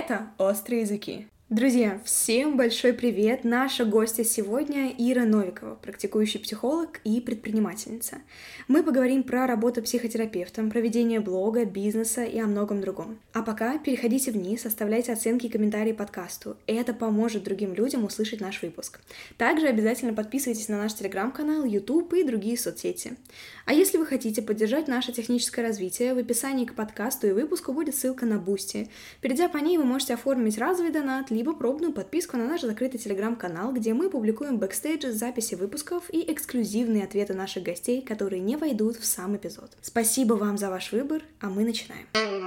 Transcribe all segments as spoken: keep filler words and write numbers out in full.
Это «Острые языки». Друзья, всем большой привет! Наша гостья сегодня Ира Новикова, практикующий психолог и предпринимательница. Мы поговорим про работу психотерапевтом, про ведение блога, бизнеса и о многом другом. А пока переходите вниз, оставляйте оценки и комментарии подкасту. Это поможет другим людям услышать наш выпуск. Также обязательно подписывайтесь на наш телеграм-канал, YouTube и другие соцсети. А если вы хотите поддержать наше техническое развитие, в описании к подкасту и выпуску будет ссылка на Boosty. Перейдя по ней, вы можете оформить разовый донат, либо пробную подписку на наш закрытый телеграм-канал, где мы публикуем бэкстейджи, записи выпусков и эксклюзивные ответы наших гостей, которые не войдут в сам эпизод. Спасибо вам за ваш выбор, а мы начинаем.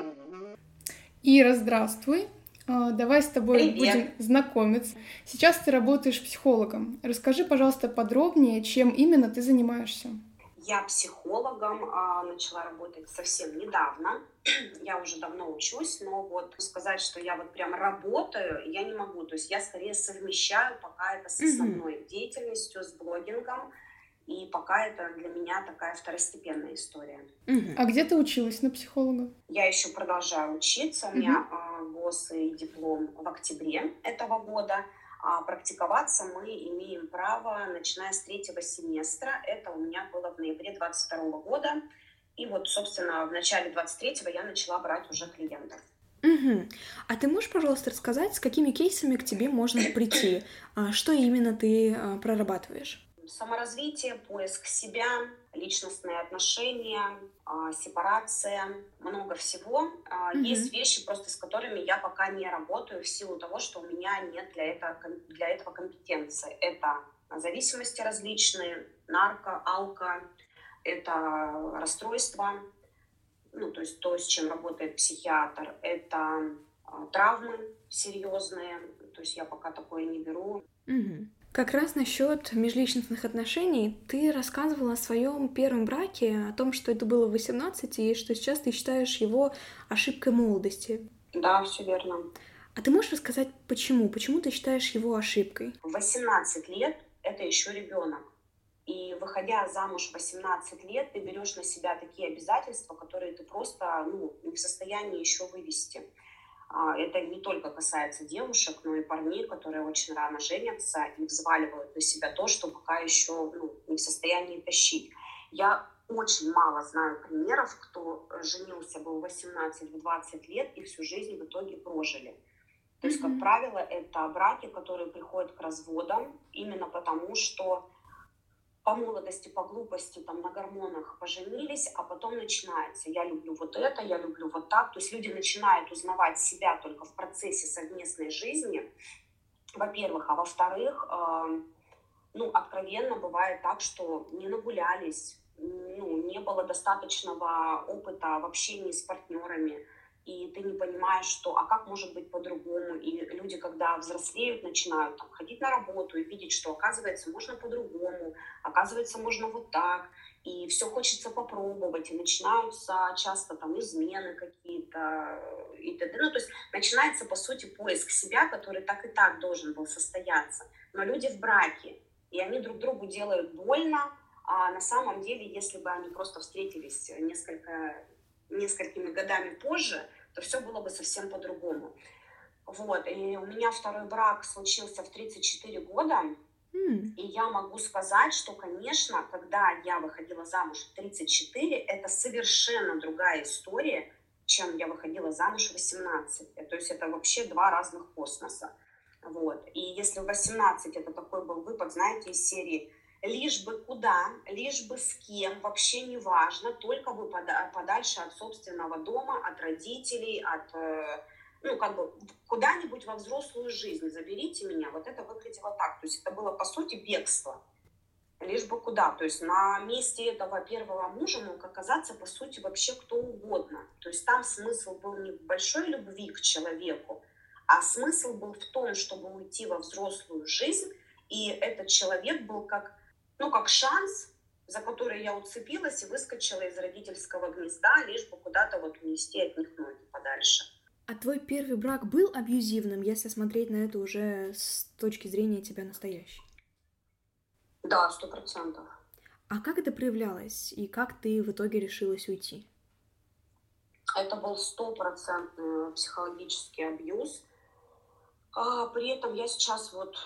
Ира, здравствуй. Давай с тобой Привет. будем знакомиться. Сейчас ты работаешь психологом. Расскажи, пожалуйста, подробнее, чем именно ты занимаешься. Я психологом а, начала работать совсем недавно. Я уже давно учусь, но вот сказать, что я вот прям работаю, я не могу. То есть я скорее совмещаю пока это с основной mm-hmm. деятельностью, с блогингом. И пока это для меня такая второстепенная история. Mm-hmm. А где ты училась на психолога? Я еще продолжаю учиться. Mm-hmm. У меня а, ГОС и диплом в октябре этого года. А практиковаться мы имеем право, начиная с третьего семестра. Это у меня было в ноябре двадцать второго года. И вот, собственно, в начале двадцать третьего я начала брать уже клиентов. Угу. А ты можешь, пожалуйста, рассказать, с какими кейсами к тебе можно прийти? Что именно ты прорабатываешь? Саморазвитие, поиск себя, личностные отношения, сепарация, много всего. Mm-hmm. Есть вещи, просто с которыми я пока не работаю в силу того, что у меня нет для этого, для этого компетенции. Это зависимости различные, нарко, алко, это расстройства, ну, то есть то, с чем работает психиатр, это травмы серьезные, то есть я пока такое не беру. Mm-hmm. Как раз насчет межличностных отношений ты рассказывала о своем первом браке, о том, что это было в восемнадцать, и что сейчас ты считаешь его ошибкой молодости. Да, все верно. А ты можешь рассказать, почему? Почему ты считаешь его ошибкой? В восемнадцать лет это еще ребенок. И выходя замуж в восемнадцать лет, ты берешь на себя такие обязательства, которые ты просто ну, не в состоянии еще вывести. Это не только касается девушек, но и парней, которые очень рано женятся и взваливают на себя то, что пока еще ну, не в состоянии тащить. Я очень мало знаю примеров, кто женился бы в восемнадцать-двадцать лет и всю жизнь в итоге прожили. То есть, mm-hmm. как правило, это браки, которые приходят к разводам именно потому, что по молодости, по глупости, там, на гормонах поженились, а потом начинается «я люблю вот это, я люблю вот так». То есть люди начинают узнавать себя только в процессе совместной жизни, во-первых. А во-вторых, э, ну, откровенно бывает так, что не нагулялись, ну, не было достаточного опыта в общении с партнерами, и ты не понимаешь, что, а как может быть по-другому. И люди, когда взрослеют, начинают там, ходить на работу и видеть, что, оказывается, можно по-другому, оказывается, можно вот так. И все хочется попробовать, и начинаются часто там измены какие-то и т.д. Ну, то есть начинается, по сути, поиск себя, который так и так должен был состояться. Но люди в браке, и они друг другу делают больно, а на самом деле, если бы они просто встретились несколько... несколькими годами позже, то все было бы совсем по-другому. Вот. И у меня второй брак случился в тридцать четыре года, mm. и я могу сказать, что, конечно, когда я выходила замуж в тридцать четыре, это совершенно другая история, чем я выходила замуж в восемнадцать. То есть это вообще два разных космоса. Вот. И если в восемнадцать это такой был выпад, знаете, из серии лишь бы куда, лишь бы с кем, вообще не важно, только бы подальше от собственного дома, от родителей, от, ну, как бы, куда-нибудь во взрослую жизнь, заберите меня. Вот это выглядело так. То есть это было, по сути, бегство. Лишь бы куда. То есть на месте этого первого мужа мог оказаться, по сути, вообще кто угодно. То есть там смысл был не в большой любви к человеку, а смысл был в том, чтобы уйти во взрослую жизнь, и этот человек был как ну, как шанс, за который я уцепилась и выскочила из родительского гнезда, лишь бы куда-то вот унести от них ноги подальше. А твой первый брак был абьюзивным, если смотреть на это уже с точки зрения тебя настоящей? Да, сто процентов. А как это проявлялось? И как ты в итоге решилась уйти? Это был стопроцентный психологический абьюз. А, при этом я сейчас вот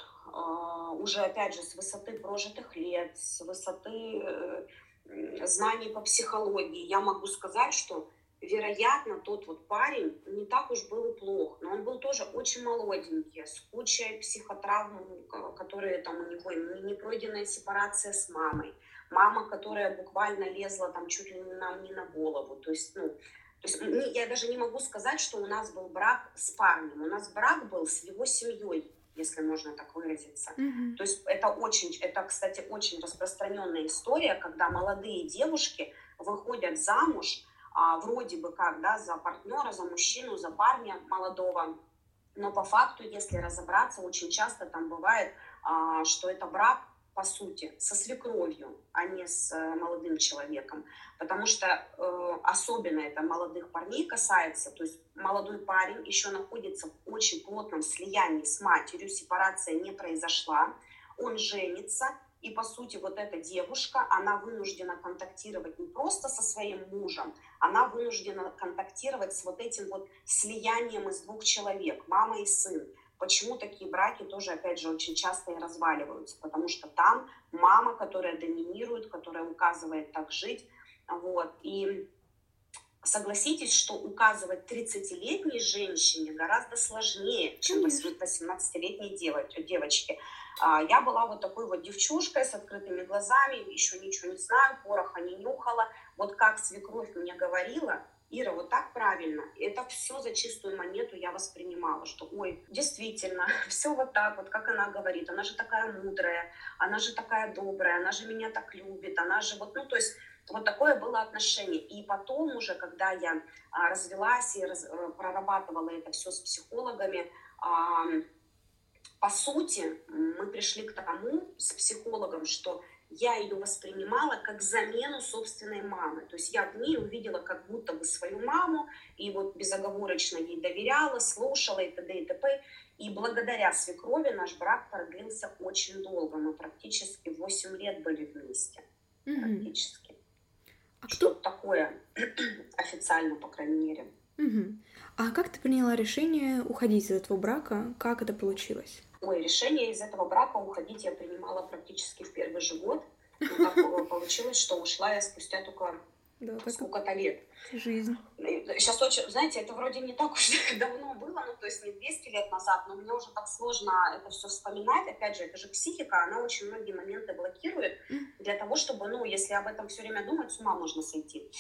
а, уже, опять же, с высоты прожитых лет, с высоты э, м, знаний по психологии, я могу сказать, что, вероятно, тот вот парень не так уж был и плох, но он был тоже очень молоденький, с кучей психотравм, ка- которые там у него, не не пройденная сепарация с мамой, мама, которая буквально лезла там чуть ли не нам не на голову, то есть, ну, то есть не- я даже не могу сказать, что у нас был брак с парнем. У нас брак был с его семьей, если можно так выразиться. Мгм. То есть это очень, это, кстати, очень распространенная история, когда молодые девушки выходят замуж, а, вроде бы как, да, за партнера, за мужчину, за парня молодого. Но по факту, если разобраться, очень часто там бывает, а, что это брак, по сути, со свекровью, а не с э, молодым человеком. Потому что э, особенно это молодых парней касается, то есть молодой парень еще находится в очень плотном слиянии с матерью, сепарация не произошла, он женится, и по сути вот эта девушка, она вынуждена контактировать не просто со своим мужем, она вынуждена контактировать с вот этим вот слиянием из двух человек, мама и сын. Почему такие браки тоже, опять же, очень часто и разваливаются? Потому что там мама, которая доминирует, которая указывает, так жить. Вот. И согласитесь, что указывать тридцатилетней женщине гораздо сложнее, чем Конечно. восемнадцатилетней девочке. А, Я была вот такой вот девчушкой с открытыми глазами, еще ничего не знаю, пороха не нюхала. Вот как свекровь мне говорила: Ира, вот так правильно. Это все за чистую монету я воспринимала, что, ой, действительно, все вот так вот, как она говорит. Она же такая мудрая, она же такая добрая, она же меня так любит, она же вот, ну, то есть вот такое было отношение. И потом уже, когда я а, развелась и раз, э, прорабатывала это все с психологами, а, по сути, мы пришли к тому с психологом, что я ее воспринимала как замену собственной мамы. То есть я в ней увидела как будто бы свою маму, и вот безоговорочно ей доверяла, слушала и т.д. и т.п. И благодаря свекрови наш брак продлился очень долго. Мы практически восемь лет были вместе. Мгм. Практически. А кто... Что-то такое официально, по крайней мере. Мгм. А как ты приняла решение уходить из этого брака? Как это получилось? Ой, решение из этого брака уходить я принимала практически в первый же год. Но так э, получилось, что ушла я спустя только Да, так сколько-то лет. жизнь. Сейчас очень, знаете, это вроде не так уж давно было, ну то есть не двести лет назад, но мне уже так сложно это все вспоминать. Опять же, это же психика, она очень многие моменты блокирует М. для того, чтобы, ну, если об этом все время думать, с ума можно сойти.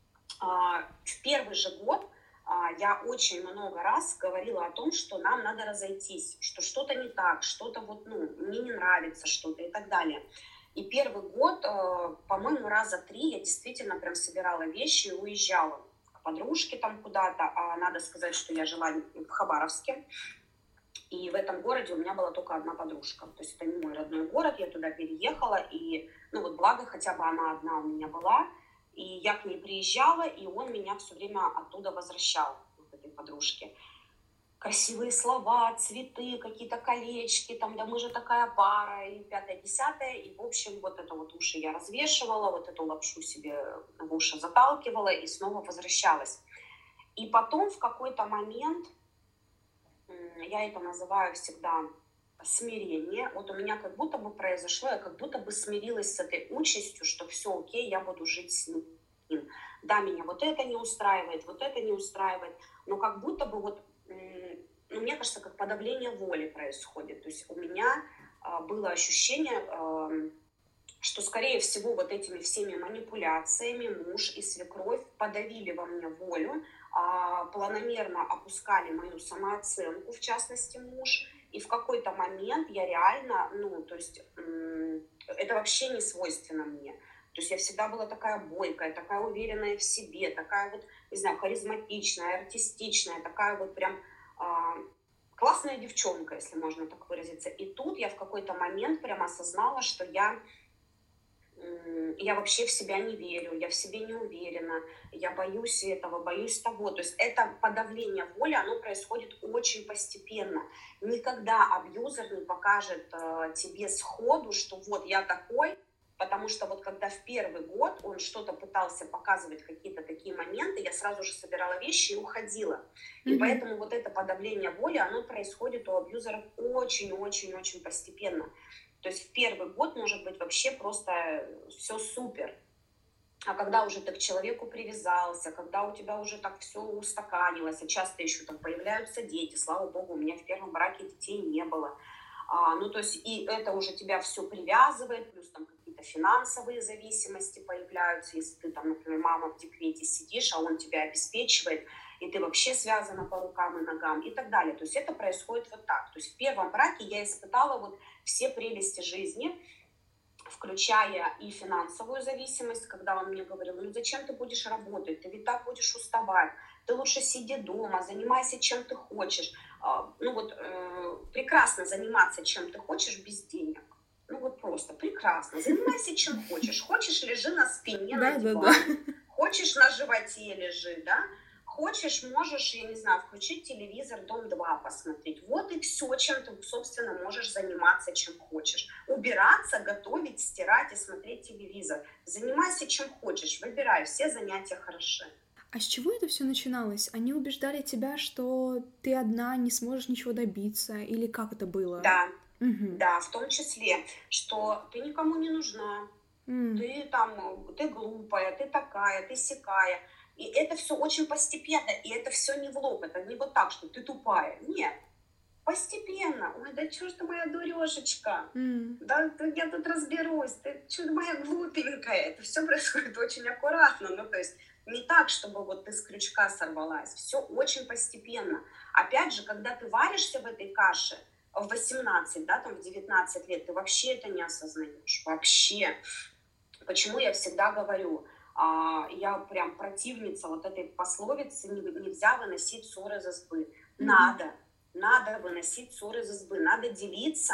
А, В первый же год а, я очень много раз говорила о том, что нам надо разойтись, что что-то не так, что-то вот, ну, мне не нравится что-то и так далее. И первый год, э, по-моему, раза три я действительно прям собирала вещи и уезжала к подружке там куда-то. А надо сказать, что я жила в Хабаровске, и в этом городе у меня была только одна подружка. То есть это не мой родной город, я туда переехала, и, ну вот, благо, хотя бы она одна у меня была, и я к ней приезжала, и он меня все время оттуда возвращал, вот этой подружке. Красивые слова, цветы, какие-то колечки, там, да мы же такая пара, и пятое-десятое, и, в общем, вот это вот уши я развешивала, вот эту лапшу себе в уши заталкивала и снова возвращалась. И потом в какой-то момент, я это называю всегда смирение. Вот у меня как будто бы произошло, я как будто бы смирилась с этой участью, что все окей, я буду жить с ним. Да, меня вот это не устраивает, вот это не устраивает, но как будто бы вот, ну, мне кажется, как подавление воли происходит. То есть у меня а, было ощущение, а, что, скорее всего, вот этими всеми манипуляциями муж и свекровь подавили во мне волю, а, планомерно опускали мою самооценку, в частности, муж. И в какой-то момент я реально, ну, то есть это вообще не свойственно мне. То есть я всегда была такая бойкая, такая уверенная в себе, такая вот, не знаю, харизматичная, артистичная, такая вот прям а, классная девчонка, если можно так выразиться. И тут я в какой-то момент прям осознала, что я я вообще в себя не верю, я в себе не уверена, я боюсь этого, боюсь того. То есть это подавление воли, оно происходит очень постепенно. Никогда абьюзер не покажет э, тебе сходу, что вот я такой, Потому что вот когда в первый год он что-то пытался показывать, какие-то такие моменты, я сразу же собирала вещи и уходила. И mm-hmm. поэтому вот это подавление воли, оно происходит у абьюзеров очень-очень-очень постепенно. То есть в первый год может быть вообще просто все супер. А когда уже ты к человеку привязался, когда у тебя уже так все устаканилось, а часто еще там появляются дети, слава богу, у меня в первом браке детей не было. А, ну, то есть и это уже тебя все привязывает, плюс там какие-то финансовые зависимости появляются, если ты там, например, мама в декрете сидишь, а он тебя обеспечивает, и ты вообще связана по рукам и ногам и так далее. То есть это происходит вот так. То есть в первом браке я испытала вот все прелести жизни, включая и финансовую зависимость, когда он мне говорил, ну зачем ты будешь работать, ты ведь так будешь уставать, ты лучше сиди дома, занимайся чем ты хочешь. Ну вот э, прекрасно заниматься чем ты хочешь без денег. Ну вот просто прекрасно, занимайся чем хочешь. Хочешь, лежи на спине на диване, хочешь, на животе лежи, да? Хочешь, можешь, я не знаю, включить телевизор, Дом-два посмотреть. Вот и все, чем ты, собственно, можешь заниматься, чем хочешь. Убираться, готовить, стирать и смотреть телевизор. Занимайся чем хочешь, выбирай, все занятия хороши. А с чего это все начиналось? Они убеждали тебя, что ты одна не сможешь ничего добиться? Или как это было? Да, угу. да, в том числе, что ты никому не нужна. Mm. Ты там, ты глупая, ты такая, ты сякая. И это все очень постепенно, и это все не в лоб, это не вот так, что ты тупая. Нет, постепенно. Ой, да чё ж ты моя дурёшечка? Mm. Да я тут разберусь, ты чё моя глупенькая? Это все происходит очень аккуратно, ну то есть не так, чтобы вот ты с крючка сорвалась. Все очень постепенно. Опять же, когда ты варишься в этой каше, в восемнадцать, да, там в девятнадцать лет, ты вообще это не осознаешь. Вообще. Почему я всегда говорю, я прям противница вот этой пословицы «нельзя выносить ссоры из избы». Mm-hmm. Надо, надо выносить ссоры из избы, надо делиться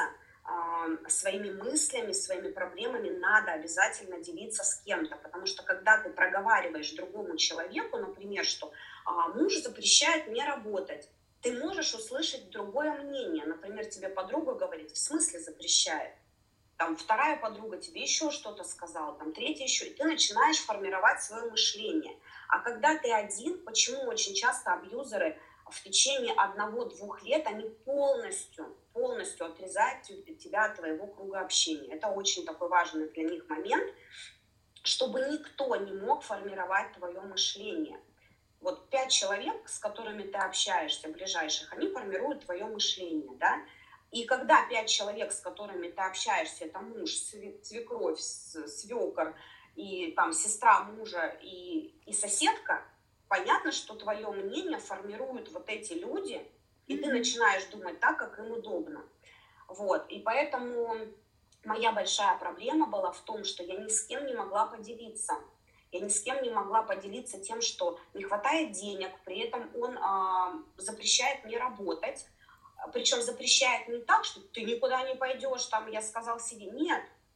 э, своими мыслями, своими проблемами, надо обязательно делиться с кем-то, потому что когда ты проговариваешь другому человеку, например, что э, муж запрещает мне работать, ты можешь услышать другое мнение, например, тебе подруга говорит, в смысле запрещает? Там вторая подруга тебе еще что-то сказала, там третья еще, и ты начинаешь формировать свое мышление. А когда ты один, почему очень часто абьюзеры в течение одного-двух лет, они полностью, полностью отрезают тебя от твоего круга общения. Это очень такой важный для них момент, чтобы никто не мог формировать твое мышление. Вот пять человек, с которыми ты общаешься, ближайших, они формируют твое мышление, да. И когда пять человек, с которыми ты общаешься, это муж, свекровь, свекор, и там сестра мужа и, и соседка, понятно, что твое мнение формируют вот эти люди, и mm-hmm. ты начинаешь думать так, как им удобно. Вот. И поэтому моя большая проблема была в том, что я ни с кем не могла поделиться. Я ни с кем не могла поделиться тем, что не хватает денег, при этом он а, запрещает мне работать. Причем запрещает не так, что ты никуда не пойдешь, там я сказал себе, нет,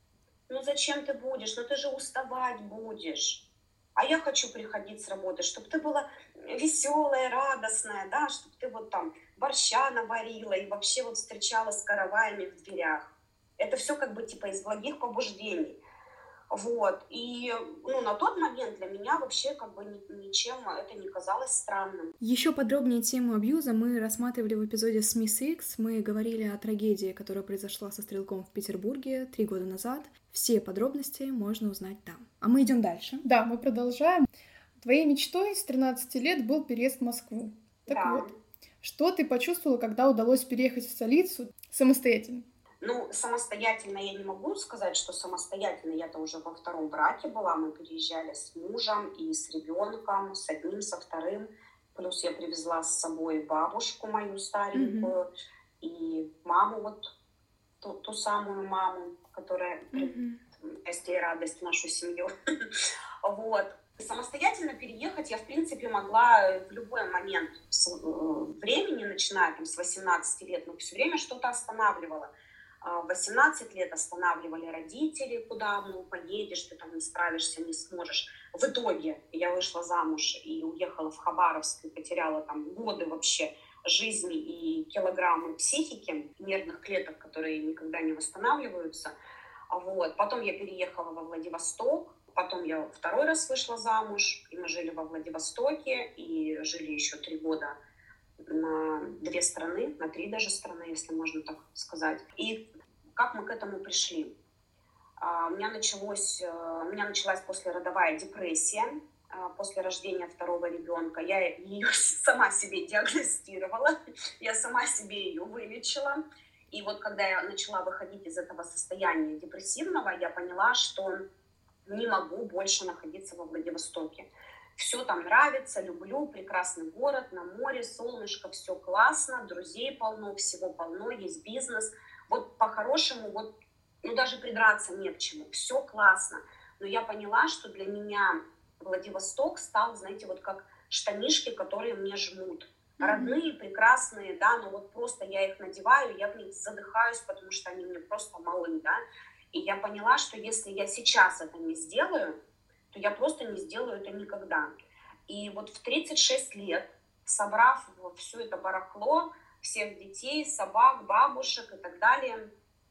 ну зачем ты будешь, ну ты же уставать будешь. А я хочу приходить с работы, чтобы ты была веселая, радостная, да, чтобы ты вот там борща наварила и вообще вот встречала с караваями в дверях. Это все как бы типа из благих побуждений. Вот, и ну, на тот момент для меня вообще как бы ничем это не казалось странным. Еще подробнее тему абьюза мы рассматривали в эпизоде с Мисс Икс. Мы говорили о трагедии, которая произошла со стрелком в Петербурге три года назад. Все подробности можно узнать там. А мы идем дальше. Да, мы продолжаем. Твоей мечтой с тринадцати лет был переезд в Москву. Так да. вот, что ты почувствовала, когда удалось переехать в столицу самостоятельно? Ну, самостоятельно я не могу сказать, что самостоятельно. Я-то уже во втором браке была. Мы переезжали с мужем и с ребенком, с одним, со вторым. Плюс я привезла с собой бабушку мою старенькую mm-hmm. и маму, вот ту, ту самую маму, которая mm-hmm. приносит ей радость в нашу семью. Вот. Самостоятельно переехать я, в принципе, могла в любой момент времени, начиная там, с восемнадцати лет, но все время что-то останавливала. В восемнадцать лет останавливали родители, куда, ну, поедешь, ты там не справишься, не сможешь. В итоге я вышла замуж и уехала в Хабаровск и потеряла там годы вообще жизни и килограммы психики, нервных клеток, которые никогда не восстанавливаются. Вот. Потом я переехала во Владивосток, потом я второй раз вышла замуж, и мы жили во Владивостоке, и жили еще три года на две страны, на три даже страны, если можно так сказать. И как мы к этому пришли? У меня началось, у меня началась послеродовая депрессия после рождения второго ребенка. Я ее сама себе диагностировала, я сама себе ее вылечила. И вот когда я начала выходить из этого состояния депрессивного, я поняла, что не могу больше находиться во Владивостоке. Все там нравится, люблю, прекрасный город, на море, солнышко, все классно, друзей полно, всего полно, есть бизнес. Вот по-хорошему, вот, ну даже придраться не к чему, все классно. Но я поняла, что для меня Владивосток стал, знаете, вот как штанишки, которые мне жмут. Родные, прекрасные, да, но вот просто я их надеваю, я в них задыхаюсь, потому что они мне просто малы, да. И я поняла, что если я сейчас это не сделаю, то я просто не сделаю это никогда. И вот в тридцать шесть лет, собрав все это барахло, всех детей, собак, бабушек и так далее,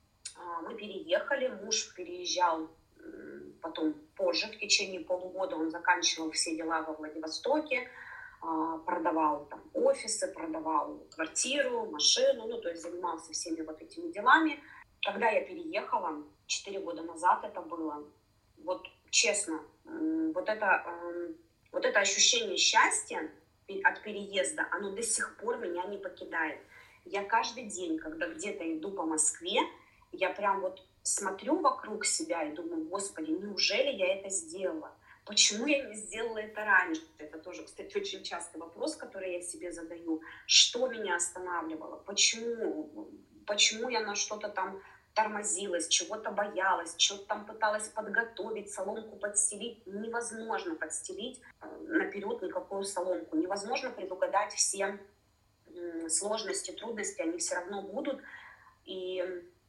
мы переехали, муж переезжал потом позже, в течение полугода он заканчивал все дела во Владивостоке, продавал там офисы, продавал квартиру, машину, ну, то есть занимался всеми вот этими делами. Когда я переехала, четыре года назад это было, вот честно, вот это, вот это ощущение счастья от переезда, оно до сих пор меня не покидает. Я каждый день, когда где-то иду по Москве, я прям вот смотрю вокруг себя и думаю, Господи, неужели я это сделала? Почему я не сделала это раньше? Это тоже, кстати, очень частый вопрос, который я себе задаю. Что меня останавливало? Почему? Почему я на что-то там тормозилась, чего-то боялась, что-то там пыталась подготовить, соломку подстелить? Невозможно подстелить наперед никакую соломку. Невозможно предугадать все сложности, трудности, они все равно будут. И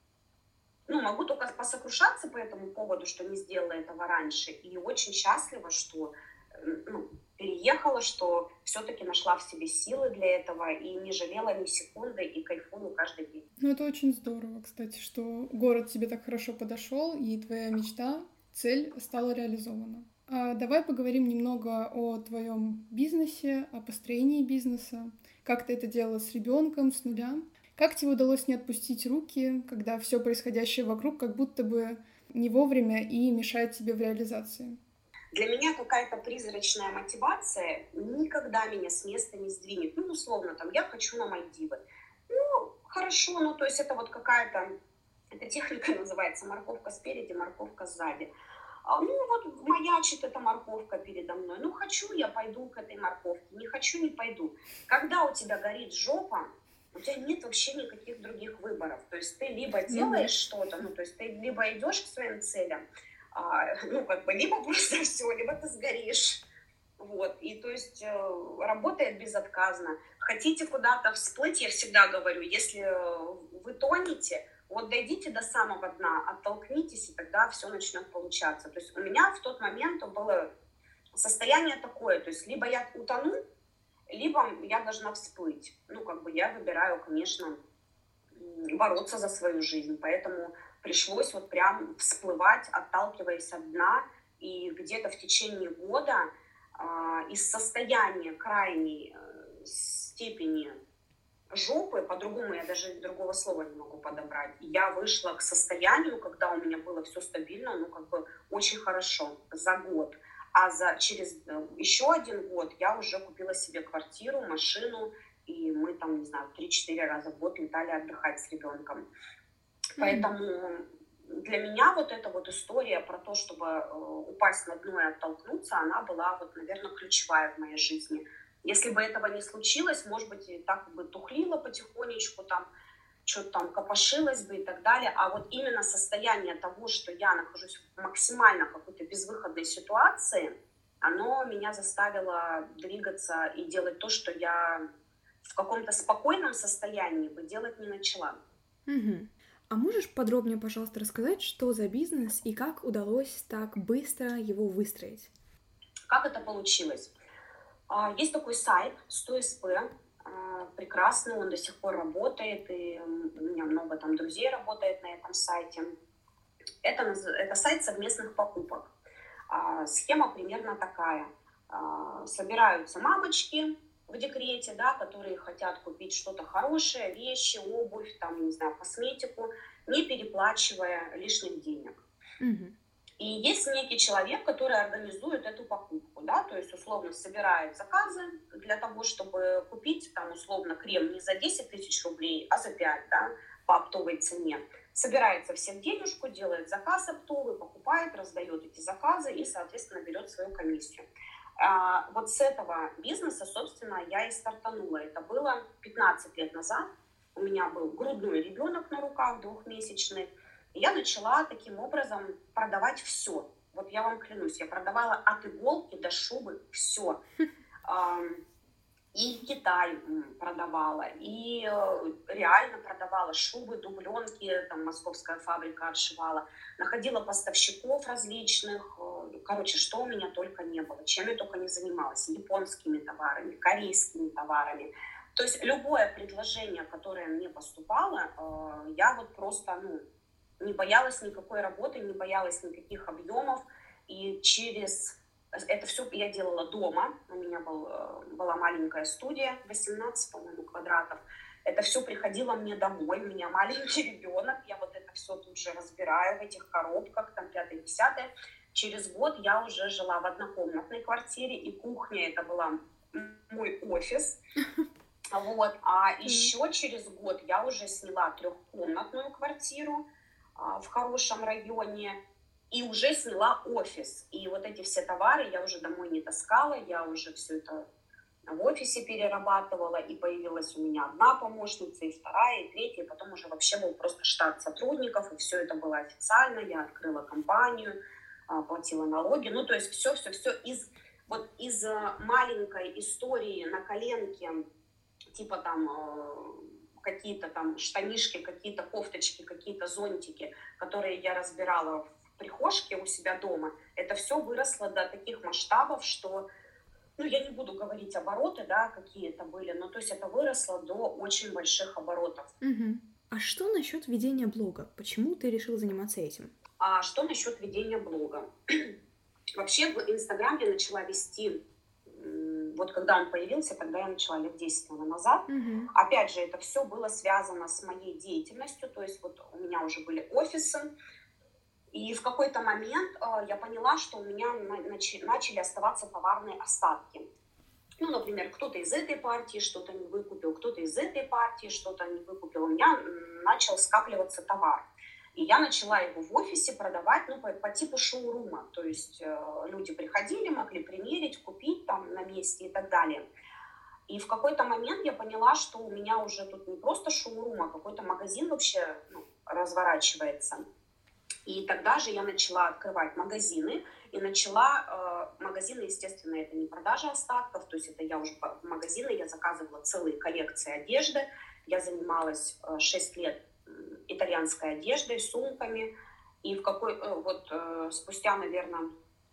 ну, могу только посокрушаться по этому поводу, что не сделала этого раньше. И очень счастлива, что ну, переехала, что все-таки нашла в себе силы для этого и не жалела ни секунды и кайфую каждый день. Ну, это очень здорово, кстати, что город тебе так хорошо подошел, и твоя мечта, цель стала реализована. А давай поговорим немного о твоем бизнесе, о построении бизнеса. Как ты это делала с ребенком, с нуля? Как тебе удалось не отпустить руки, когда все происходящее вокруг как будто бы не вовремя и мешает тебе в реализации? Для меня какая-то призрачная мотивация никогда меня с места не сдвинет. Ну, условно, там, я хочу на Мальдивы. Ну, хорошо, ну, то есть это вот какая-то, эта техника называется морковка спереди, морковка сзади. Ну, вот маячит эта морковка передо мной. Ну, хочу, я пойду к этой морковке. Не хочу, не пойду. Когда у тебя горит жопа, у тебя нет вообще никаких других выборов. То есть ты либо делаешь mm-hmm. что-то, ну, то есть ты либо идешь к своим целям, а, ну, как бы, либо просто все, либо ты сгоришь. Вот, и то есть э, работает безотказно. Хотите куда-то всплыть, я всегда говорю, если вы тонете, вот дойдите до самого дна, оттолкнитесь, и тогда все начнет получаться. То есть у меня в тот момент было состояние такое, то есть либо я утону, либо я должна всплыть. Ну, как бы я выбираю, конечно, бороться за свою жизнь. Поэтому пришлось вот прям всплывать, отталкиваясь от дна. И где-то в течение года э, из состояния крайней э, степени жопы, по-другому я даже другого слова не могу подобрать, я вышла к состоянию, когда у меня было все стабильно, ну, как бы очень хорошо, за год. А за, через еще один год я уже купила себе квартиру, машину, и мы там, не знаю, три-четыре раза в год летали отдыхать с ребенком. Mm-hmm. Поэтому для меня вот эта вот история про то, чтобы упасть на дно и оттолкнуться, она была, вот, наверное, ключевая в моей жизни. Если бы этого не случилось, может быть, и так бы тухлила потихонечку, там, что-то там копошилось бы и так далее. А вот именно состояние того, что я нахожусь в максимально какой-то безвыходной ситуации, оно меня заставило двигаться и делать то, что я в каком-то спокойном состоянии бы делать не начала. Угу. А можешь подробнее, пожалуйста, рассказать, что за бизнес и как удалось так быстро его выстроить? Как это получилось? Есть такой сайт сто эс пэ, прекрасный, он до сих пор работает, и у меня много там друзей работает на этом сайте. Это, это сайт совместных покупок. Схема примерно такая. Собираются мамочки в декрете, да, которые хотят купить что-то хорошее, вещи, обувь, там, не знаю, косметику, не переплачивая лишних денег. Мгм. И есть некий человек, который организует эту покупку, да, то есть условно собирает заказы для того, чтобы купить там условно крем не за десять тысяч рублей, а за пять, да, по оптовой цене. Собирает со всех денежку, делает заказ оптовый, покупает, раздает эти заказы и, соответственно, берет свою комиссию. А, вот с этого бизнеса, собственно, я и стартанула. Это было пятнадцать лет назад. У меня был грудной ребенок на руках, двухмесячный. И я начала таким образом продавать все. Вот я вам клянусь, я продавала от иголки до шубы все. И Китай продавала, и реально продавала шубы, дубленки, там московская фабрика отшивала. Находила поставщиков различных. Короче, что у меня только не было, чем я только не занималась. Японскими товарами, корейскими товарами. То есть любое предложение, которое мне поступало, я вот просто, ну, не боялась никакой работы, не боялась никаких объемов. И через... Это все я делала дома. У меня был, была маленькая студия, восемнадцать, по-моему, квадратов. Это все приходило мне домой. У меня маленький ребенок. Я вот это все тут же разбираю в этих коробках, там пятое-десятое. Через год я уже жила в однокомнатной квартире, и кухня это была мой офис. Вот. А еще через год я уже сняла трехкомнатную квартиру в хорошем районе и уже сняла офис. И вот эти все товары я уже домой не таскала, я уже все это в офисе перерабатывала, и появилась у меня одна помощница, и вторая, и третья, и потом уже вообще был просто штат сотрудников, и все это было официально, я открыла компанию, платила налоги, ну то есть все-все-все из, вот из маленькой истории на коленке, типа там какие-то там штанишки, какие-то кофточки, какие-то зонтики, которые я разбирала в прихожке у себя дома, это все выросло до таких масштабов, что, ну, я не буду говорить обороты, да, какие это были, но то есть это выросло до очень больших оборотов. Угу. А что насчет ведения блога? Почему ты решила заниматься этим? А что насчет ведения блога? Вообще в Инстаграм я начала вести... Вот когда он появился, тогда я начала лет десять назад. Mm-hmm. Опять же, это все было связано с моей деятельностью. То есть вот у меня уже были офисы. И в какой-то момент э, я поняла, что у меня нач- начали оставаться товарные остатки. Ну, например, кто-то из этой партии что-то не выкупил, кто-то из этой партии что-то не выкупил. У меня начал скапливаться товар. И я начала его в офисе продавать, ну, по, по типу шоурума. То есть э, люди приходили, могли примерить, купить там на месте и так далее. И в какой-то момент я поняла, что у меня уже тут не просто шоурум, а какой-то магазин вообще, ну, разворачивается. И тогда же я начала открывать магазины. И начала... Э, магазины, естественно, это не продажа остатков. То есть это я уже в магазины, я заказывала целые коллекции одежды. Я занималась э, шесть лет итальянской одеждой, сумками. И в какой, вот спустя, наверное,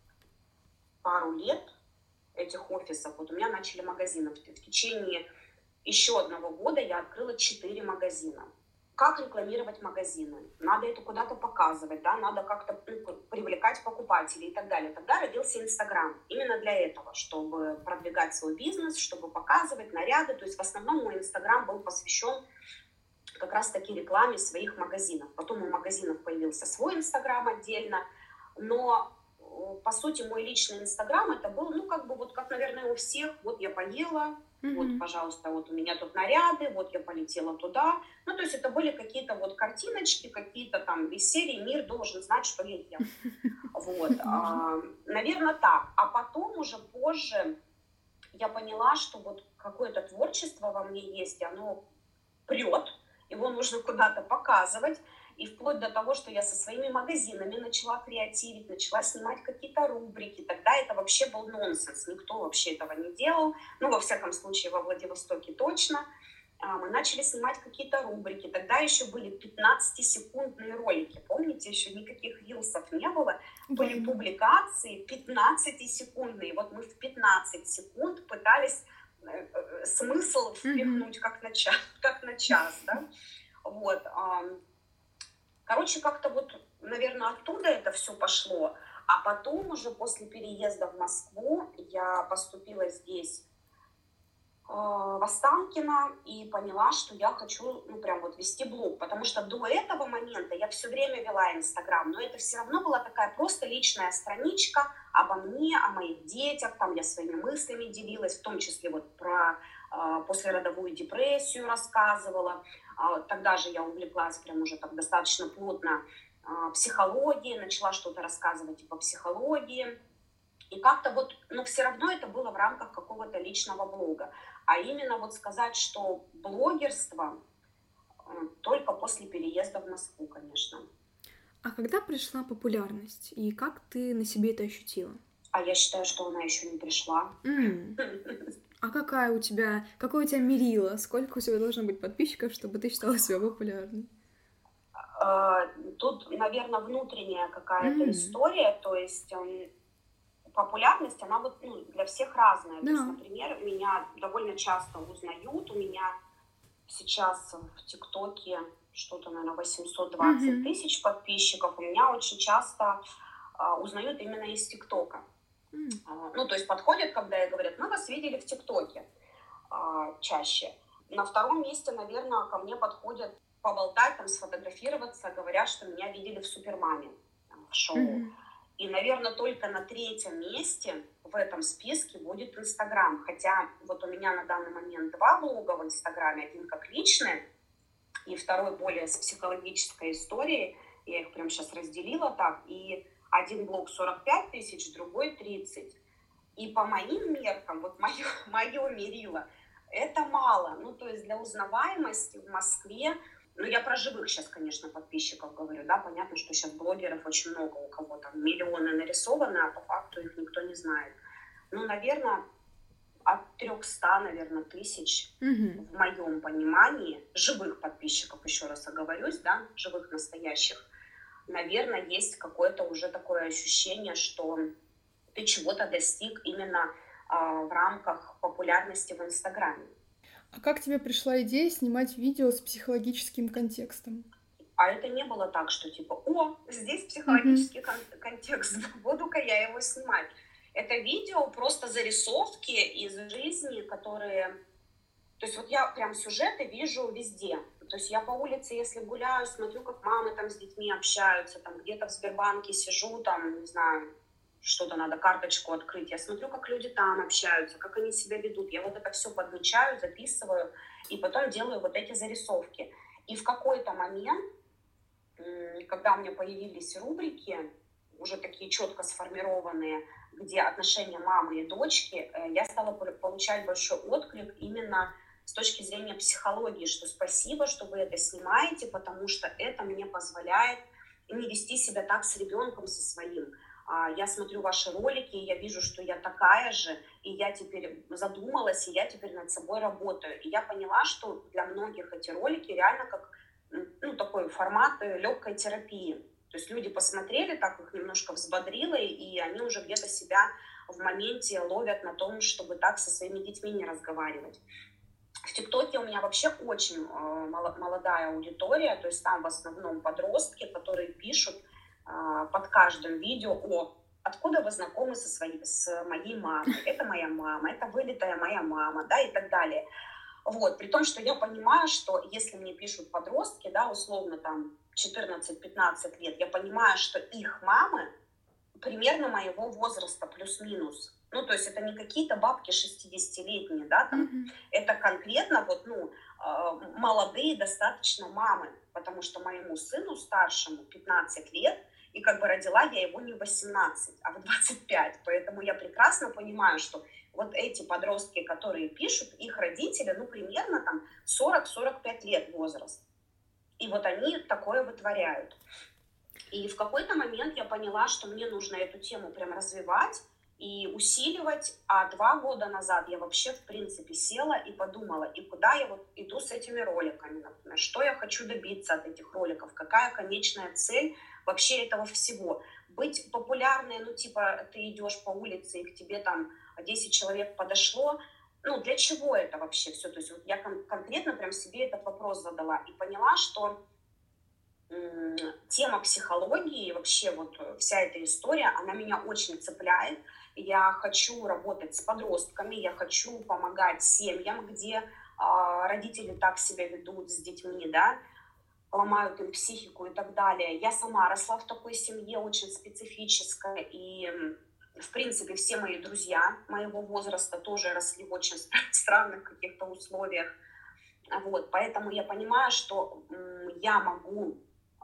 пару лет этих офисов, вот у меня начали магазины. В течение еще одного года я открыла четыре магазина. Как рекламировать магазины? Надо это куда-то показывать, да, надо как-то привлекать покупателей и так далее. Тогда родился Инстаграм. Именно для этого, чтобы продвигать свой бизнес, чтобы показывать наряды. То есть в основном мой Инстаграм был посвящен как раз-таки рекламе своих магазинов. Потом у магазинов появился свой Инстаграм отдельно, но, по сути, мой личный Инстаграм это был, ну, как бы, вот как, наверное, у всех, вот я поела, mm-hmm. вот, пожалуйста, вот у меня тут наряды, вот я полетела туда. Ну, то есть это были какие-то вот картиночки, какие-то там из серии «Мир должен знать, что я ем». Вот, наверное, так. А потом уже позже я поняла, что вот какое-то творчество во мне есть, и оно прет, его нужно куда-то показывать, и вплоть до того, что я со своими магазинами начала креативить, начала снимать какие-то рубрики. Тогда это вообще был нонсенс, никто вообще этого не делал, ну, во всяком случае, во Владивостоке точно. Мы начали снимать какие-то рубрики, тогда еще были пятнадцатисекундные ролики, помните, еще никаких рилсов не было, были mm-hmm. публикации пятнадцатисекундные, вот мы в пятнадцать секунд пытались смысл впихнуть mm-hmm. как на час, как на час, да, вот. Короче, как-то вот наверное, оттуда это все пошло. А потом уже после переезда в Москву я поступила здесь в Останкино и поняла, что я хочу, ну, прям вот вести блог, потому что до этого момента я все время вела Инстаграм, но это все равно была такая просто личная страничка обо мне, о моих детях, там я своими мыслями делилась, в том числе вот про э, послеродовую депрессию рассказывала, э, тогда же я увлеклась прям уже так достаточно плотно э, психологией, начала что-то рассказывать и по психологии. И как-то вот, но все равно это было в рамках какого-то личного блога. А именно вот сказать, что блогерство только после переезда в Москву, конечно. А когда пришла популярность? И как ты на себе это ощутила? А я считаю, что она еще не пришла. Mm. А какая у тебя, какое у тебя мерило? Сколько у тебя должно быть подписчиков, чтобы ты считала себя популярной? Тут, наверное, внутренняя какая-то mm. история, то есть... Популярность, она вот, ну, для всех разная. Да. То есть, например, меня довольно часто узнают. У меня сейчас в ТикТоке что-то, наверное, восемьсот двадцать mm-hmm. тысяч подписчиков. У меня очень часто а, узнают именно из ТикТока. Mm. А, ну, то есть подходят, когда и говорят, мы вас видели в ТикТоке а, чаще. На втором месте, наверное, ко мне подходят поболтать, там, сфотографироваться, говорят, что меня видели в Супермаме, там, в шоу. Mm-hmm. И, наверное, только на третьем месте в этом списке будет Инстаграм. Хотя вот у меня на данный момент два блога в Инстаграме. Один как личный, и второй более с психологической историей. Я их прям сейчас разделила так. И один блог сорок пять тысяч, другой тридцать. И по моим меркам, вот мое, мое мерило, это мало. Ну, то есть для узнаваемости в Москве... Ну, я про живых сейчас, конечно, подписчиков говорю, да, понятно, что сейчас блогеров очень много, у кого там миллионы нарисованы, а по факту их никто не знает. Ну, наверное, от трехсот, наверное, тысяч mm-hmm. в моем понимании живых подписчиков, еще раз оговорюсь, да, живых настоящих, наверное, есть какое-то уже такое ощущение, что ты чего-то достиг именно а, в рамках популярности в Инстаграме. А как тебе пришла идея снимать видео с психологическим контекстом? А это не было так, что типа, о, здесь психологический mm-hmm. кон- контекст, буду-ка я его снимать. Это видео просто зарисовки из жизни, которые... То есть вот я прям сюжеты вижу везде. То есть я по улице, если гуляю, смотрю, как мамы там с детьми общаются, там где-то в Сбербанке сижу, там, не знаю, что-то надо, карточку открыть. Я смотрю, как люди там общаются, как они себя ведут. Я вот это все подмечаю, записываю, и потом делаю вот эти зарисовки. И в какой-то момент, когда у меня появились рубрики, уже такие четко сформированные, где отношения мамы и дочки, я стала получать большой отклик именно с точки зрения психологии, что спасибо, что вы это снимаете, потому что это мне позволяет не вести себя так с ребенком, со своим. Я смотрю ваши ролики, и я вижу, что я такая же, и я теперь задумалась, и я теперь над собой работаю. И я поняла, что для многих эти ролики реально как, ну, такой формат легкой терапии. То есть люди посмотрели, так их немножко взбодрило, и они уже где-то себя в моменте ловят на том, чтобы так со своими детьми не разговаривать. В ТикТоке у меня вообще очень молодая аудитория, то есть там в основном подростки, которые пишут под каждым видео: о, откуда вы знакомы со своей, с моей мамой, это моя мама, это вылитая моя мама, да, и так далее. Вот, при том, что я понимаю, что если мне пишут подростки, да, условно там четырнадцать-пятнадцать лет, я понимаю, что их мамы примерно моего возраста, плюс-минус. Ну, то есть это не какие-то бабки шестидесятилетние, да, там, mm-hmm. это конкретно вот, ну, молодые достаточно мамы, потому что моему сыну старшему пятнадцать лет, и как бы родила я его не в восемнадцать, а в двадцать пять, поэтому я прекрасно понимаю, что вот эти подростки, которые пишут, их родители, ну, примерно там сорок-сорок пять лет возраст, и вот они такое вытворяют. И в какой-то момент я поняла, что мне нужно эту тему прям развивать и усиливать, а два года назад я вообще, в принципе, села и подумала, и куда я вот иду с этими роликами, например, что я хочу добиться от этих роликов, какая конечная цель вообще этого всего. Быть популярной, ну, типа, ты идешь по улице, и к тебе там десять человек подошло, ну, для чего это вообще все? То есть вот я кон- конкретно прям себе этот вопрос задала и поняла, что тема психологии, вообще вот вся эта история, она меня очень цепляет. Я хочу работать с подростками, я хочу помогать семьям, где а, родители так себя ведут с детьми, да, ломают им психику и так далее. Я сама росла в такой семье очень специфической, и, в принципе, все мои друзья моего возраста тоже росли в очень странных каких-то условиях. Вот, поэтому я понимаю, что я могу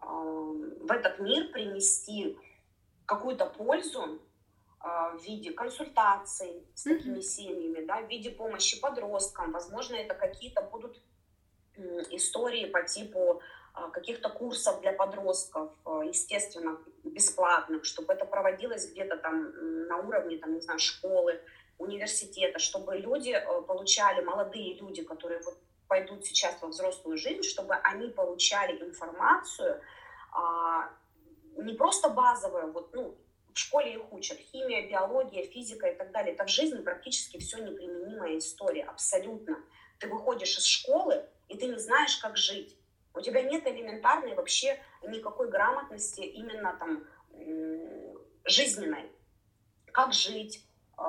в этот мир принести какую-то пользу в виде консультаций с такими семьями, да, в виде помощи подросткам. Возможно, это какие-то будут истории по типу каких-то курсов для подростков, естественно, бесплатных, чтобы это проводилось где-то там на уровне, там, не знаю, школы, университета, чтобы люди получали, молодые люди, которые вот пойдут сейчас во взрослую жизнь, чтобы они получали информацию, а, не просто базовую, вот, ну, в школе их учат, химия, биология, физика и так далее. Это в жизни практически все неприменимая история, абсолютно. Ты выходишь из школы, и ты не знаешь, как жить. У тебя нет элементарной вообще никакой грамотности именно там жизненной. Как жить,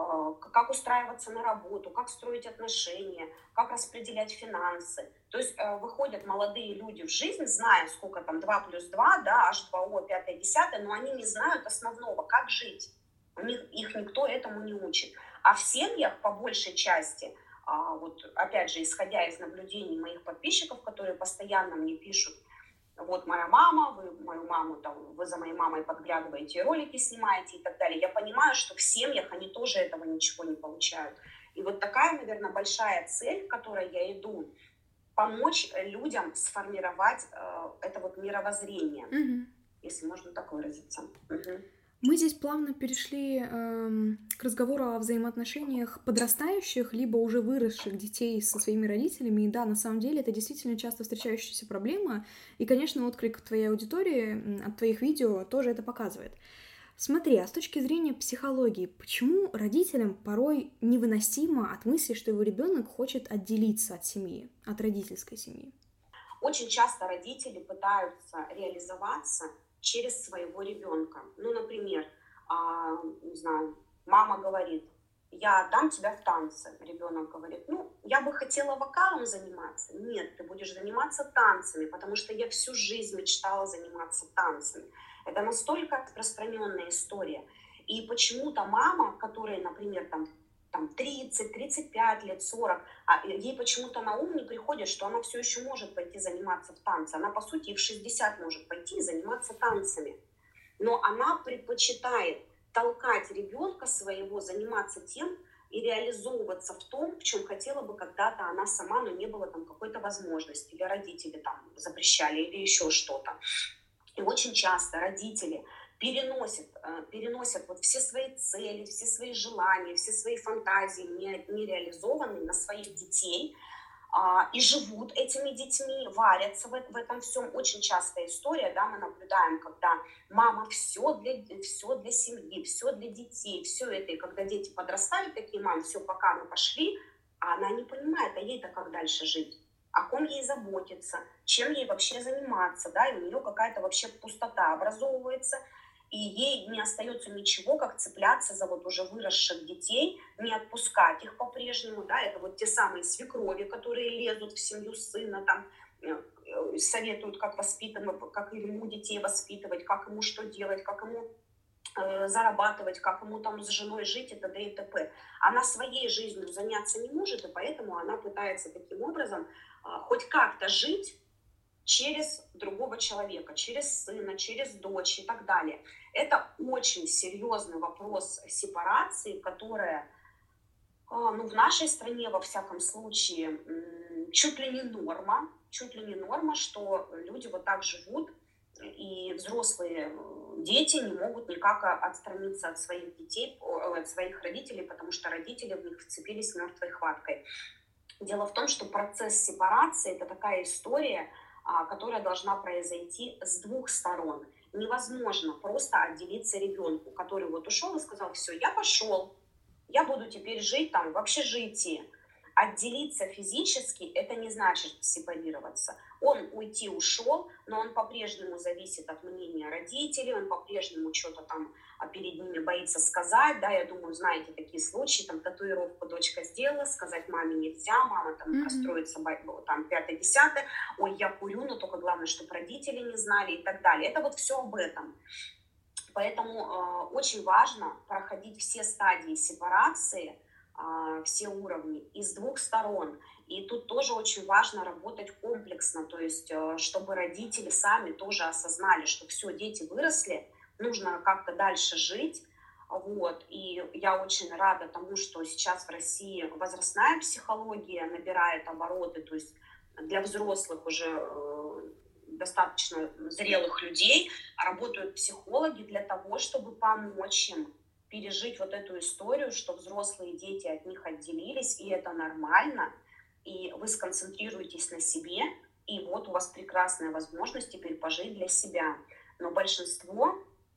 как устраиваться на работу, как строить отношения, как распределять финансы. То есть выходят молодые люди в жизнь, зная, сколько там два плюс два, да, аш два о, пятое, десятое, но они не знают основного, как жить. У них, их никто этому не учит. А в семьях, по большей части, вот опять же, исходя из наблюдений моих подписчиков, которые постоянно мне пишут, вот моя мама, вы мою маму, там, вы за моей мамой подглядываете, ролики снимаете и так далее. Я понимаю, что в семьях они тоже этого ничего не получают. И вот такая, наверное, большая цель, к которой я иду, помочь людям сформировать э, это вот мировоззрение, угу. если можно так выразиться. Угу. Мы здесь плавно перешли э, к разговору о взаимоотношениях подрастающих, либо уже выросших детей со своими родителями. И да, на самом деле это действительно часто встречающаяся проблема. И, конечно, отклик твоей аудитории от твоих видео тоже это показывает. Смотри, а с точки зрения психологии, почему родителям порой невыносимо от мысли, что его ребенок хочет отделиться от семьи, от родительской семьи? Очень часто родители пытаются реализоваться через своего ребенка. Ну, например, а, не знаю, мама говорит, я отдам тебя в танцы. Ребенок говорит, ну, я бы хотела вокалом заниматься. Нет, ты будешь заниматься танцами, потому что я всю жизнь мечтала заниматься танцами. Это настолько распространенная история. И почему-то мама, которая, например, там, там тридцать, тридцать пять лет, сорок, а ей почему-то на ум не приходит, что она все еще может пойти заниматься в танце. Она, по сути, и в шестьдесят может пойти и заниматься танцами. Но она предпочитает толкать ребенка своего, заниматься тем и реализовываться в том, в чем хотела бы когда-то она сама, но не было там какой-то возможности, или родители там запрещали, или еще что-то. И очень часто родители переносят, переносят вот все свои цели, все свои желания, все свои фантазии нереализованные на своих детей, и живут этими детьми, варятся в, в этом всем. Очень частая история, да, мы наблюдаем, когда мама все для, все для семьи, все для детей, все это, и когда дети подрастают, такие, мам, все, пока мы пошли, а она не понимает, а ей-то как дальше жить, о ком ей заботиться, чем ей вообще заниматься, да, и у нее какая-то вообще пустота образовывается, и ей не остается ничего, как цепляться за вот уже выросших детей, не отпускать их по-прежнему, да, это вот те самые свекрови, которые лезут в семью сына, там, советуют, как воспитывать, как ему детей воспитывать, как ему что делать, как ему э, зарабатывать, как ему там с женой жить и т.д. и т.п. Она своей жизнью заняться не может, и поэтому она пытается таким образом э, хоть как-то жить через другого человека, через сына, через дочь и так далее. Это очень серьезный вопрос сепарации, которая, ну, в нашей стране, во всяком случае, чуть ли не норма, чуть ли не норма, что люди вот так живут, и взрослые дети не могут никак отстраниться от своих детей, от своих родителей, потому что родители в них вцепились мертвой хваткой. Дело в том, что процесс сепарации – это такая история, которая должна произойти с двух сторон. Невозможно просто отделиться ребенку, который вот ушел и сказал, все, я пошел, я буду теперь жить там в общежитии. Отделиться физически – это не значит сепарироваться. Он уйти ушел, но он по-прежнему зависит от мнения родителей, он по-прежнему что-то там перед ними боится сказать. Да, я думаю, знаете такие случаи, там татуировку дочка сделала, сказать маме нельзя, мама там mm-hmm. расстроится, там пятое-десятое, ой, я курю, но только главное, чтобы родители не знали и так далее. Это вот все об этом. Поэтому э, очень важно проходить все стадии сепарации, все уровни и с двух сторон. И тут тоже очень важно работать комплексно, то есть чтобы родители сами тоже осознали, что все, дети выросли, нужно как-то дальше жить. Вот. И я очень рада тому, что сейчас в России возрастная психология набирает обороты, то есть для взрослых уже достаточно зрелых людей работают психологи для того, чтобы помочь им пережить вот эту историю, что взрослые дети от них отделились, и это нормально, и вы сконцентрируетесь на себе, и вот у вас прекрасная возможность теперь пожить для себя. Но большинство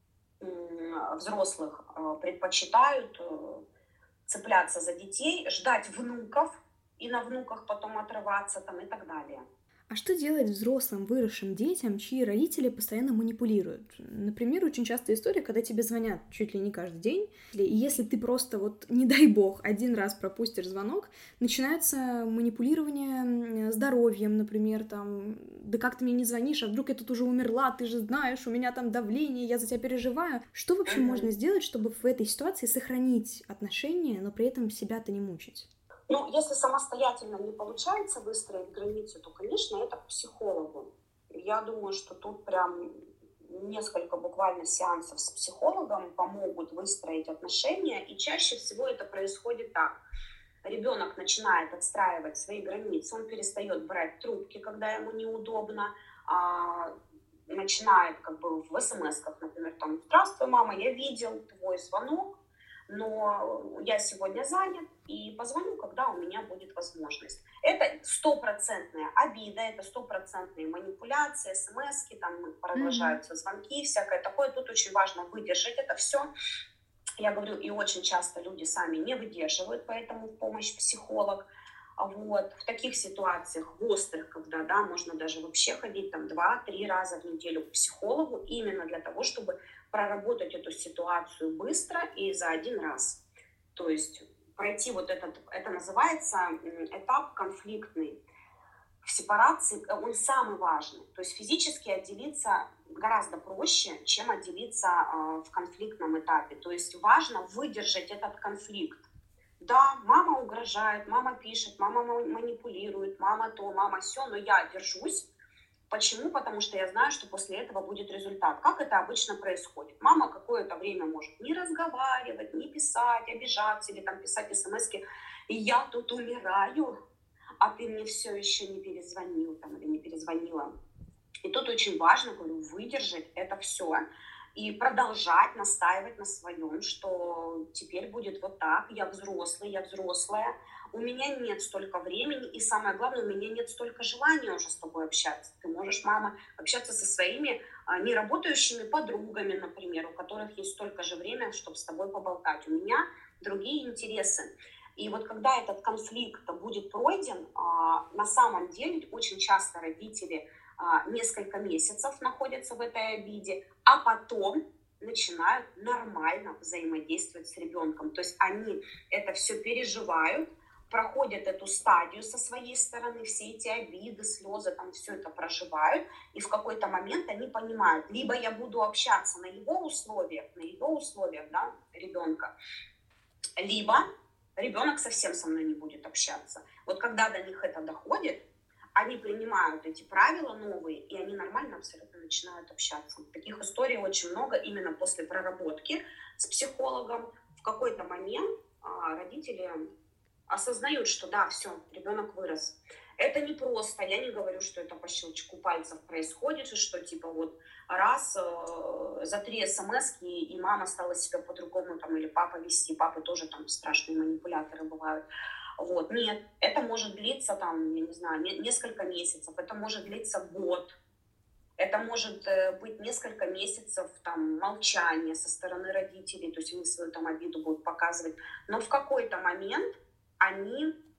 взрослых предпочитают цепляться за детей, ждать внуков, и на внуках потом отрываться там и так далее. А что делать взрослым, выросшим детям, чьи родители постоянно манипулируют? Например, очень частая история, когда тебе звонят чуть ли не каждый день, и если ты просто, вот, не дай бог, один раз пропустишь звонок, начинается манипулирование здоровьем, например, там, да как ты мне не звонишь, а вдруг я тут уже умерла, ты же знаешь, у меня там давление, я за тебя переживаю. Что вообще mm-hmm. можно сделать, чтобы в этой ситуации сохранить отношения, но при этом себя-то не мучить? Ну, если самостоятельно не получается выстроить границу, то, конечно, это к психологу. Я думаю, что тут прям несколько буквально сеансов с психологом помогут выстроить отношения, и чаще всего это происходит так. Ребенок начинает отстраивать свои границы, он перестает брать трубки, когда ему неудобно, а, начинает как бы в смс-ках, например, там: «Здравствуй, мама, я видел твой звонок, но я сегодня занят и позвоню, когда у меня будет возможность». Это стопроцентная обида, это стопроцентные манипуляции, смски, там продолжаются звонки, всякое такое. Тут очень важно выдержать это все. Я говорю, и очень часто люди сами не выдерживают, поэтому в помощь психолог. Вот. В таких ситуациях, в острых, когда, да, можно даже вообще ходить там два-три раза в неделю к психологу, именно для того, чтобы проработать эту ситуацию быстро и за один раз. То есть пройти вот этот, это называется этап конфликтный. В сепарации он самый важный. То есть физически отделиться гораздо проще, чем отделиться в конфликтном этапе. То есть важно выдержать этот конфликт. Да, мама угрожает, мама пишет, мама манипулирует, мама то, мама сё, но я держусь. Почему? Потому что я знаю, что после этого будет результат. Как это обычно происходит? Мама какое-то время может не разговаривать, не писать, обижаться или там писать смски. И я тут умираю, а ты мне все еще не перезвонил там, или не перезвонила. И тут очень важно, говорю, выдержать это все и продолжать настаивать на своем, что теперь будет вот так, я взрослый, я взрослая, у меня нет столько времени, и самое главное, у меня нет столько желания уже с тобой общаться. Ты можешь, мама, общаться со своими а, неработающими подругами, например, у которых есть столько же времени, чтобы с тобой поболтать. У меня другие интересы. И вот когда этот конфликт будет пройден, а, на самом деле очень часто родители а, несколько месяцев находятся в этой обиде, а потом начинают нормально взаимодействовать с ребенком. То есть они это все переживают, проходят эту стадию со своей стороны, все эти обиды, слезы, там все это проживают, и в какой-то момент они понимают, либо я буду общаться на его условиях, на его условиях, да, ребенка, либо ребенок совсем со мной не будет общаться. Вот когда до них это доходит, они принимают эти правила новые, и они нормально абсолютно начинают общаться. Таких историй очень много именно после проработки с психологом. В какой-то момент а, родители осознают, что да, все, ребенок вырос. Это не просто, я не говорю, что это по щелчку пальцев происходит, и что типа вот раз э, за три смски и мама стала себя по-другому там, или папа вести, папы тоже там страшные манипуляторы бывают. Вот. Нет, это может длиться там, я не знаю, не, несколько месяцев, это может длиться год, это может э, быть несколько месяцев там молчания со стороны родителей, то есть они свою там обиду будут показывать, но в какой-то момент они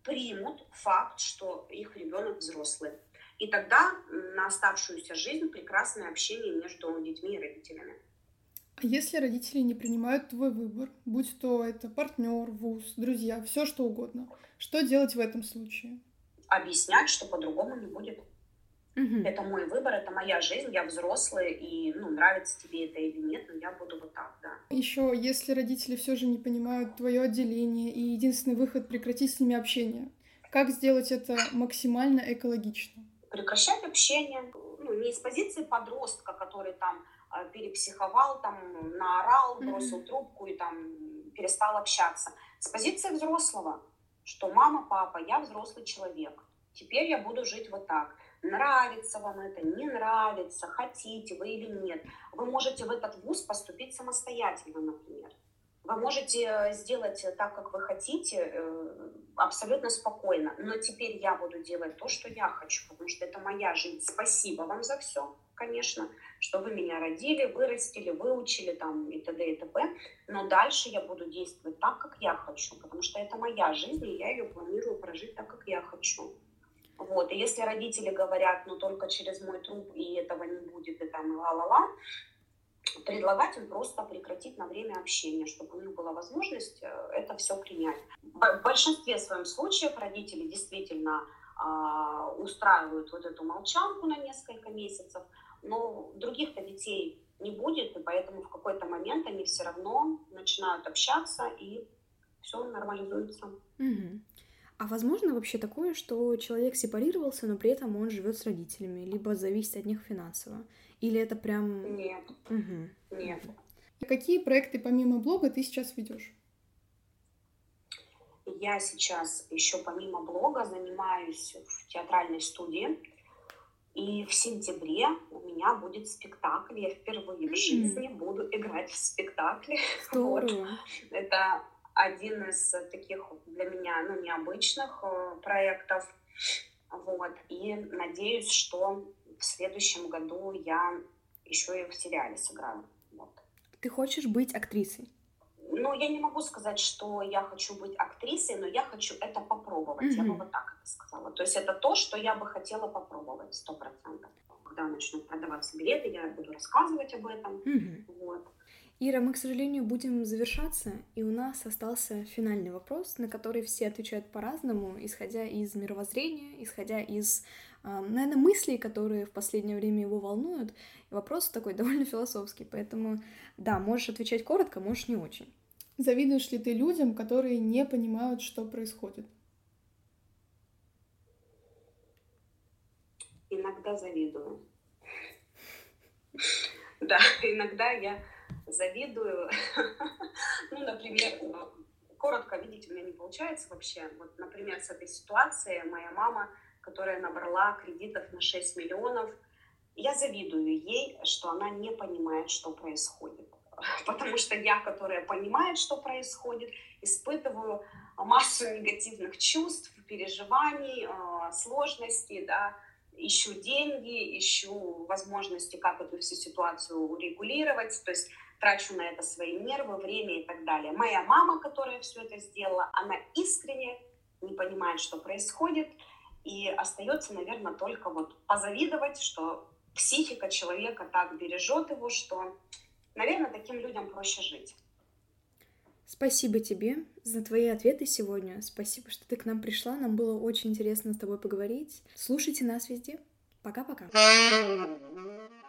примут факт, что их ребенок взрослый. И тогда на оставшуюся жизнь прекрасное общение между детьми и родителями. А если родители не принимают твой выбор, будь то это партнер, вуз, друзья, все что угодно, что делать в этом случае? Объяснять, что по-другому не будет. Мгм. Это мой выбор, это моя жизнь, я взрослая, и ну, нравится тебе это или нет, но я буду вот так, да. Еще, если родители все же не понимают твое отделение и единственный выход прекратить с ними общение, как сделать это максимально экологично? Прекращать общение, ну, не из позиции подростка, который там э, перепсиховал, там наорал, бросил Мгм. трубку и там перестал общаться. С позиции взрослого, что мама, папа, я взрослый человек, теперь я буду жить вот так. Нравится вам это, не нравится, хотите вы или нет. Вы можете в этот вуз поступить самостоятельно, например. Вы можете сделать так, как вы хотите, э, абсолютно спокойно. Но теперь я буду делать то, что я хочу, потому что это моя жизнь. Спасибо вам за все, конечно, что вы меня родили, вырастили, выучили там и т.д. и т.п. Но дальше я буду действовать так, как я хочу, потому что это моя жизнь, и я ее планирую прожить так, как я хочу. Вот. И если родители говорят, ну только через мой труп, и этого не будет, и там ла-ла-ла, предлагать им просто прекратить на время общения, чтобы у них была возможность э, это все принять. В большинстве своем случаев родители действительно а, устраивают вот эту молчанку на несколько месяцев, но других-то детей не будет, и поэтому в какой-то момент они все равно начинают общаться, и все нормализуется. Мгм. А возможно вообще такое, что человек сепарировался, но при этом он живет с родителями, либо зависит от них финансово? Или это прям... Нет, Мгм. нет. Мгм. И какие проекты помимо блога ты сейчас ведешь? Я сейчас еще помимо блога занимаюсь в театральной студии. И в сентябре у меня будет спектакль. Я впервые в М. жизни буду играть в спектакле. Вот. Здорово. Это один из таких для меня ну, необычных э, проектов. Вот. И надеюсь, что в следующем году я еще и в сериале сыграю. Вот. Ты хочешь быть актрисой? Ну, я не могу сказать, что я хочу быть актрисой, но я хочу это попробовать. Я бы Мгм. вот так это сказала. То есть это то, что я бы хотела попробовать, сто процентов. Когда начнут продаваться билеты, я буду рассказывать об этом. Мгм. Вот. Ира, мы, к сожалению, будем завершаться, и у нас остался финальный вопрос, на который все отвечают по-разному, исходя из мировоззрения, исходя из, а, наверное, мыслей, которые в последнее время его волнуют. И вопрос такой довольно философский, поэтому, да, можешь отвечать коротко, можешь не очень. Завидуешь ли ты людям, которые не понимают, что происходит? Иногда завидую. Да, иногда я завидую. Ну, например, коротко, видите, у меня не получается вообще. Вот, например, с этой ситуацией моя мама, которая набрала кредитов на шесть миллионов, я завидую ей, что она не понимает, что происходит. Потому что я, которая понимает, что происходит, испытываю массу негативных чувств, переживаний, э, сложностей, да, ищу деньги, ищу возможности, как эту всю ситуацию урегулировать, то есть трачу на это свои нервы, время и так далее. Моя мама, которая все это сделала, она искренне не понимает, что происходит, и остается, наверное, только вот позавидовать, что психика человека так бережет его, что, наверное, таким людям проще жить. Спасибо тебе за твои ответы сегодня. Спасибо, что ты к нам пришла. Нам было очень интересно с тобой поговорить. Слушайте нас везде. Пока-пока.